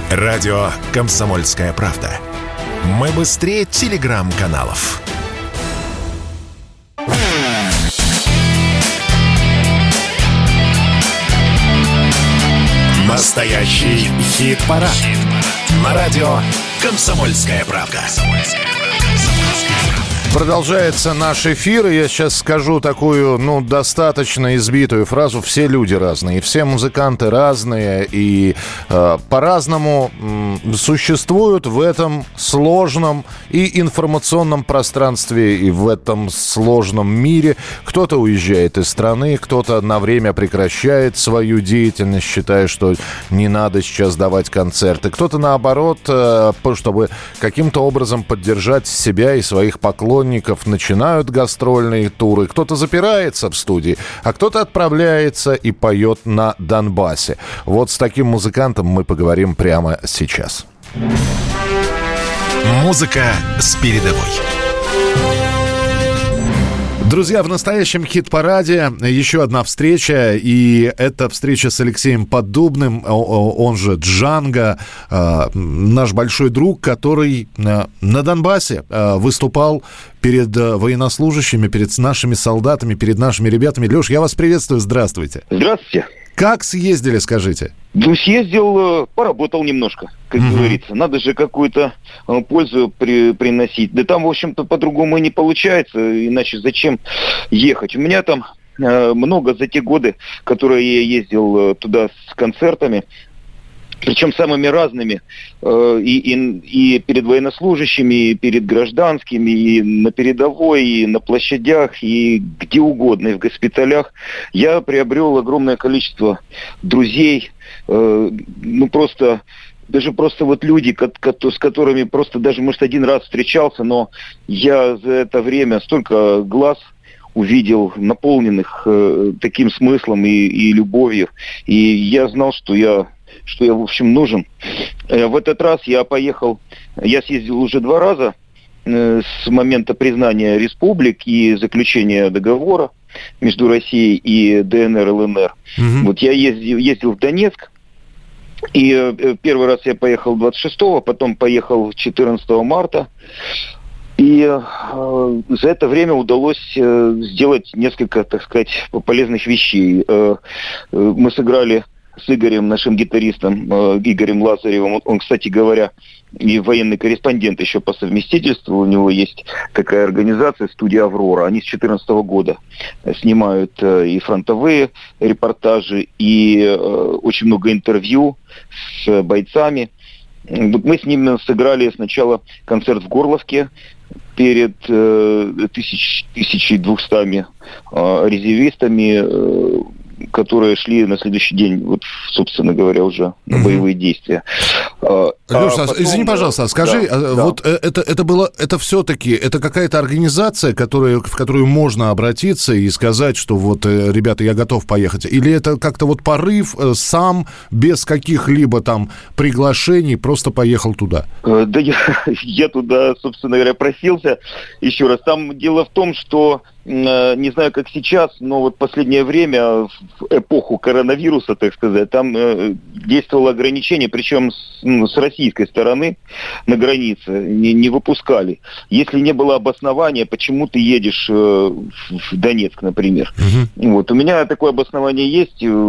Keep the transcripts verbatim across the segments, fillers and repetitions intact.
Радио «Комсомольская правда». Мы быстрее телеграм-каналов. Настоящий хит-парад. Хит-парад. На радио «Комсомольская правда». Продолжается наш эфир, и я сейчас скажу такую, ну, достаточно избитую фразу. Все люди разные, все музыканты разные, и э, по-разному э, существуют в этом сложном и информационном пространстве, и в этом сложном мире. Кто-то уезжает из страны, кто-то на время прекращает свою деятельность, считая, что не надо сейчас давать концерты. Кто-то, наоборот, э, чтобы каким-то образом поддержать себя и своих поклонников, начинают гастрольные туры. Кто-то запирается в студии, а кто-то отправляется и поет на Донбассе. Вот с таким музыкантом мы поговорим прямо сейчас. Музыка с передовой. Друзья, в настоящем хит-параде еще одна встреча, и это встреча с Алексеем Поддубным, он же Джанго, наш большой друг, который на Донбассе выступал перед военнослужащими, перед нашими солдатами, перед нашими ребятами. Леш, я вас приветствую, здравствуйте. Здравствуйте. Как съездили, скажите? Ну, съездил, поработал немножко, как uh-huh. говорится. Надо же какую-то э, пользу при, приносить. Да там, в общем-то, по-другому и не получается, иначе зачем ехать? У меня там э, много за те годы, которые я ездил э, туда с концертами, причем самыми разными, э, и, и, и перед военнослужащими, и перед гражданскими, и на передовой, и на площадях, и где угодно, и в госпиталях. Я приобрел огромное количество друзей, э, ну просто, даже просто вот люди, с которыми просто даже, может, один раз встречался, но я за это время столько глаз увидел, наполненных э, таким смыслом и, и любовью, и я знал, что я что я, в общем, нужен. В этот раз я поехал, я съездил уже два раза с момента признания республик и заключения договора между Россией и ДНР, ЛНР. Mm-hmm. Вот я ездил, ездил в Донецк, и первый раз я поехал двадцать шестого, потом поехал четырнадцатого марта. И э, за это время удалось э, сделать несколько, так сказать, полезных вещей. Э, э, мы сыграли с Игорем, нашим гитаристом, э, Игорем Лазаревым. Он, он, кстати говоря, и военный корреспондент еще по совместительству. У него есть такая организация, студия «Аврора». Они с две тысячи четырнадцатого года снимают э, и фронтовые репортажи, и э, очень много интервью с бойцами. Вот мы с ними сыграли сначала концерт в Горловке перед э, тысячей двумястами э, резервистами, э, которые шли на следующий день, вот, собственно говоря, уже на боевые mm-hmm. действия. Леша, а потом... извини, пожалуйста, скажи, да, вот да. это это было, это все-таки, это какая-то организация, которая, в которую можно обратиться и сказать, что вот, ребята, я готов поехать, или это как-то вот порыв сам, без каких-либо там приглашений, просто поехал туда? Да я, я туда, собственно говоря, просился еще раз. Там дело в том, что не знаю, как сейчас, но вот последнее время, в эпоху коронавируса, так сказать, там э, действовало ограничение, причем с, ну, с российской стороны на границе не, не выпускали. Если не было обоснования, почему ты едешь э, в Донецк, например. Uh-huh. Вот. У меня такое обоснование есть, э,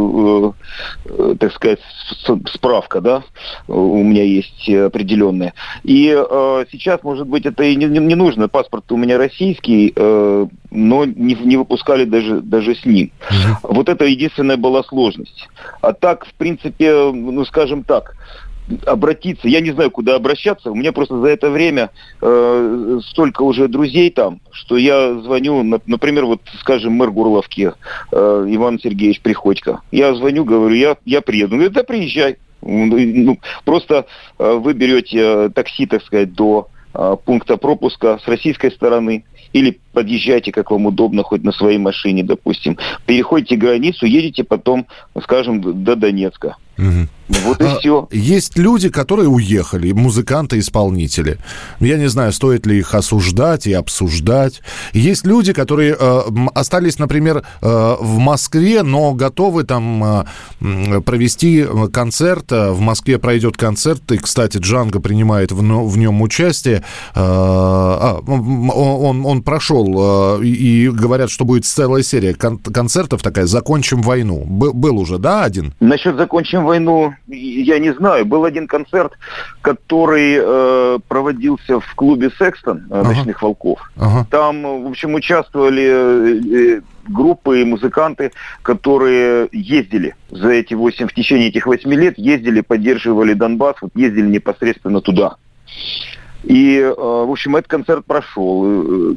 э, так сказать, справка, да, у меня есть определенная. И э, сейчас, может быть, это и не, не нужно, паспорт у меня российский, э, но не, не выпускали даже, даже с ним. Mm-hmm. Вот это единственная была сложность. А так, в принципе, ну, скажем так, обратиться, я не знаю, куда обращаться, у меня просто за это время э, столько уже друзей там, что я звоню, например, вот, скажем, мэр Горловки, э, Иван Сергеевич Приходько, я звоню, говорю, я, я приеду. Он говорит, да приезжай. Ну, просто э, вы берете такси, так сказать, до э, пункта пропуска с российской стороны, или подъезжайте, как вам удобно, хоть на своей машине, допустим. Переходите границу, едете потом, скажем, до Донецка. Угу. Вот и а, все. Есть люди, которые уехали, музыканты-исполнители. Я не знаю, стоит ли их осуждать и обсуждать. Есть люди, которые э, остались, например, э, в Москве, но готовы там э, провести концерт. В Москве пройдет концерт, и, кстати, Джанго принимает в, в нем участие. Э, а, он, он прошел, э, и говорят, что будет целая серия кон- концертов такая «Закончим войну». Был, был уже, да, один? Насчет «Закончим войну» я не знаю. Был один концерт, который э, проводился в клубе «Секстон» э, ага. «Ночных волков». Ага. Там, в общем, участвовали э, группы и музыканты, которые ездили за эти восемь, в течение этих восьми лет, ездили, поддерживали Донбасс, вот ездили непосредственно туда. И, э, в общем, этот концерт прошел.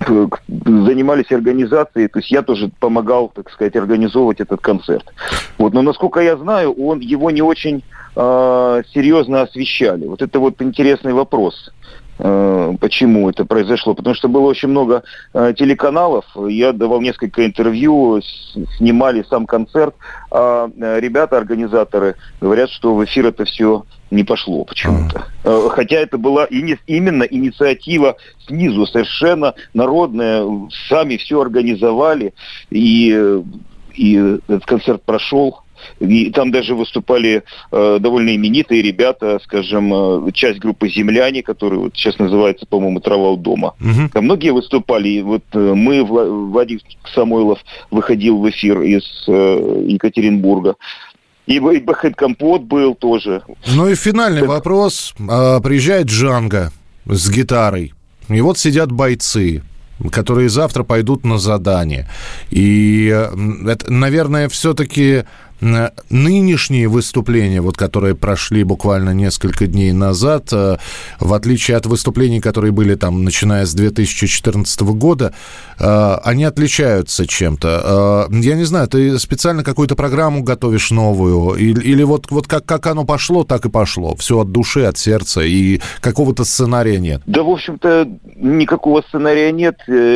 Занимались организацией, то есть я тоже помогал, так сказать, организовывать этот концерт. Вот, но насколько я знаю, он его не очень э, серьезно освещали. Вот это вот интересный вопрос. Э, почему это произошло? Потому что было очень много э, телеканалов, я давал несколько интервью, с, снимали сам концерт, а э, ребята, организаторы, говорят, что в эфир это все не пошло почему-то. Uh-huh. Хотя это была и именно инициатива снизу, совершенно народная. Сами все организовали, и, и этот концерт прошел. И там даже выступали э, довольно именитые ребята, скажем, э, часть группы «Земляне», которая вот сейчас называется, по-моему, «Трава у дома». Uh-huh. Там многие выступали. И вот э, мы, Владимир Самойлов, выходил в эфир из э, Екатеринбурга. И Бахет Компот был тоже. Ну и финальный так... вопрос. Приезжает Джанго с гитарой. И вот сидят бойцы, которые завтра пойдут на задание. И это, наверное, все-таки нынешние выступления, вот, которые прошли буквально несколько дней назад, в отличие от выступлений, которые были там, начиная с две тысячи четырнадцатого года, они отличаются чем-то. Я не знаю, ты специально какую-то программу готовишь новую? Или, или вот, вот как, как оно пошло, так и пошло? Все от души, от сердца, и какого-то сценария нет? Да, в общем-то, никакого сценария нет.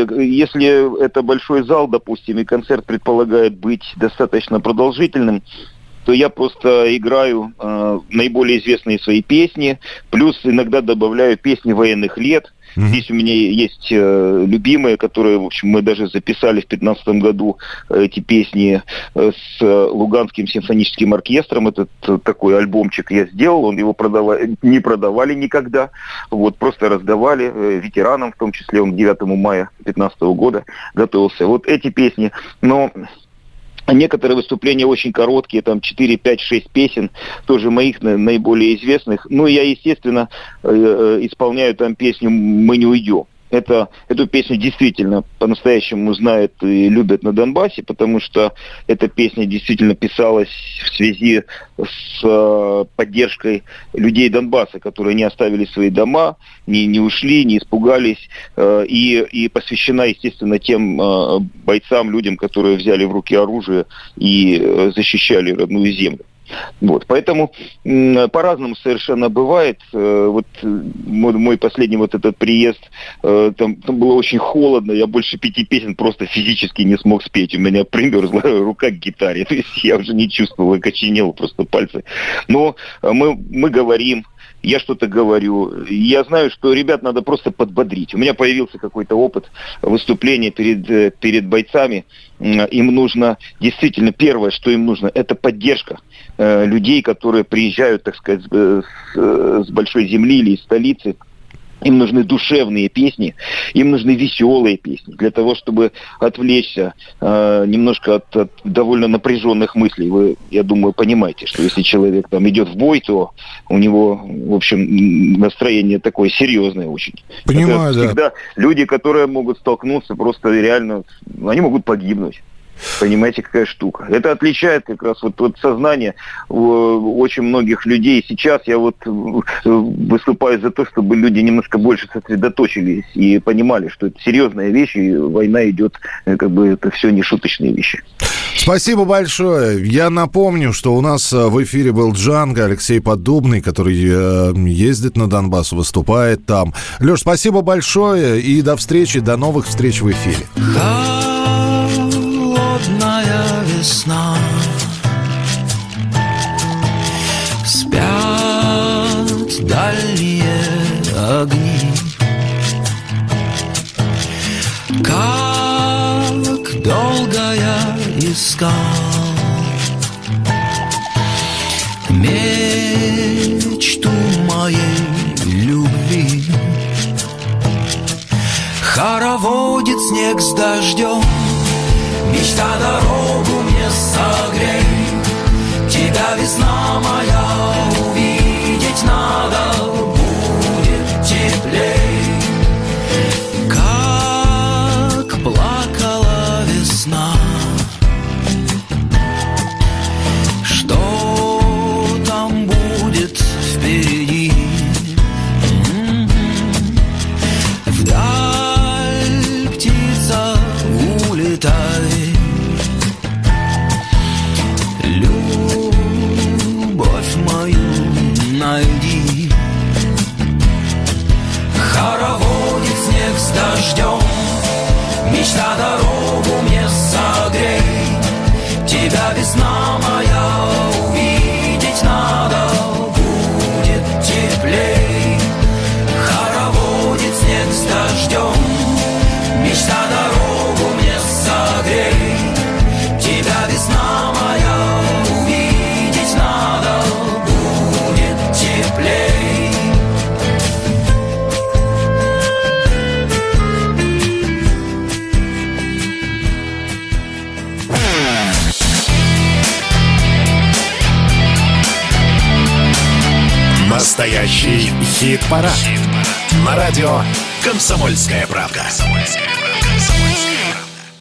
Если это большой зал, допустим, и концерт предполагает быть достаточно продолжительным, то я просто играю э, наиболее известные свои песни, плюс иногда добавляю песни военных лет. Mm-hmm. Здесь у меня есть э, любимые, которые, в общем, мы даже записали в пятнадцатом году э, эти песни э, с э, Луганским симфоническим оркестром. Этот э, такой альбомчик я сделал, он его продавали, не продавали никогда, вот, просто раздавали э, ветеранам, в том числе он к девятому мая пятнадцатого года готовился. Вот эти песни, но... Некоторые выступления очень короткие, там четыре, пять, шесть песен, тоже моих наиболее известных. Ну, я, естественно, исполняю там песню «Мы не уйдем». Это, эту песню действительно по-настоящему знают и любят на Донбассе, потому что эта песня действительно писалась в связи с э, поддержкой людей Донбасса, которые не оставили свои дома, не, не ушли, не испугались, э, и, и посвящена, естественно, тем э, бойцам, людям, которые взяли в руки оружие и э, защищали родную землю. Вот, поэтому м, по-разному совершенно бывает. Э, вот мой, мой последний вот этот приезд, э, там, там было очень холодно, я больше пяти песен просто физически не смог спеть. У меня примерзла рука к гитаре, то есть я уже не чувствовал, окоченел просто пальцы. Но мы, мы говорим, я что-то говорю. Я знаю, что ребят надо просто подбодрить. У меня появился какой-то опыт выступления перед, перед бойцами. Им нужно, действительно, первое, что им нужно, это поддержка э, людей, которые приезжают, так сказать, с, с большой земли или из столицы. Им нужны душевные песни, им нужны веселые песни, для того, чтобы отвлечься э, немножко от, от довольно напряженных мыслей. Вы, я думаю, понимаете, что если человек там идет в бой, то у него, в общем, настроение такое серьезное очень. Понимаю, это да. Всегда люди, которые могут столкнуться, просто реально, они могут погибнуть. Понимаете, какая штука. Это отличает как раз вот, вот сознание очень многих людей. Сейчас я вот выступаю за то, чтобы люди немножко больше сосредоточились и понимали, что это серьезная вещь, и война идет, как бы это все не шуточные вещи. Спасибо большое. Я напомню, что у нас в эфире был Джанго, Алексей Поддубный, который ездит на Донбасс, выступает там. Леш, спасибо большое и до встречи, до новых встреч в эфире. Холодная весна, спят дальние огни, как долго я искал мечту моей любви. Хороводит снег с дождем, мечта дорогу мне согрей. Тебя, весна моя, увидеть надо, будет теплей. Как плакала весна, что там будет впереди? Вдаль птица улетай, любовь мою найди. Хороводит снег с дождем, мечта дорогу мне согрей. Тебя, весна моя, увидеть надо, будет теплей. Хороводит снег с дождем, мечта дорогу мне согрей. Тебя, весна моя, увидеть надо, будет теплей. Настоящий хит-парад. На радио «Комсомольская правда».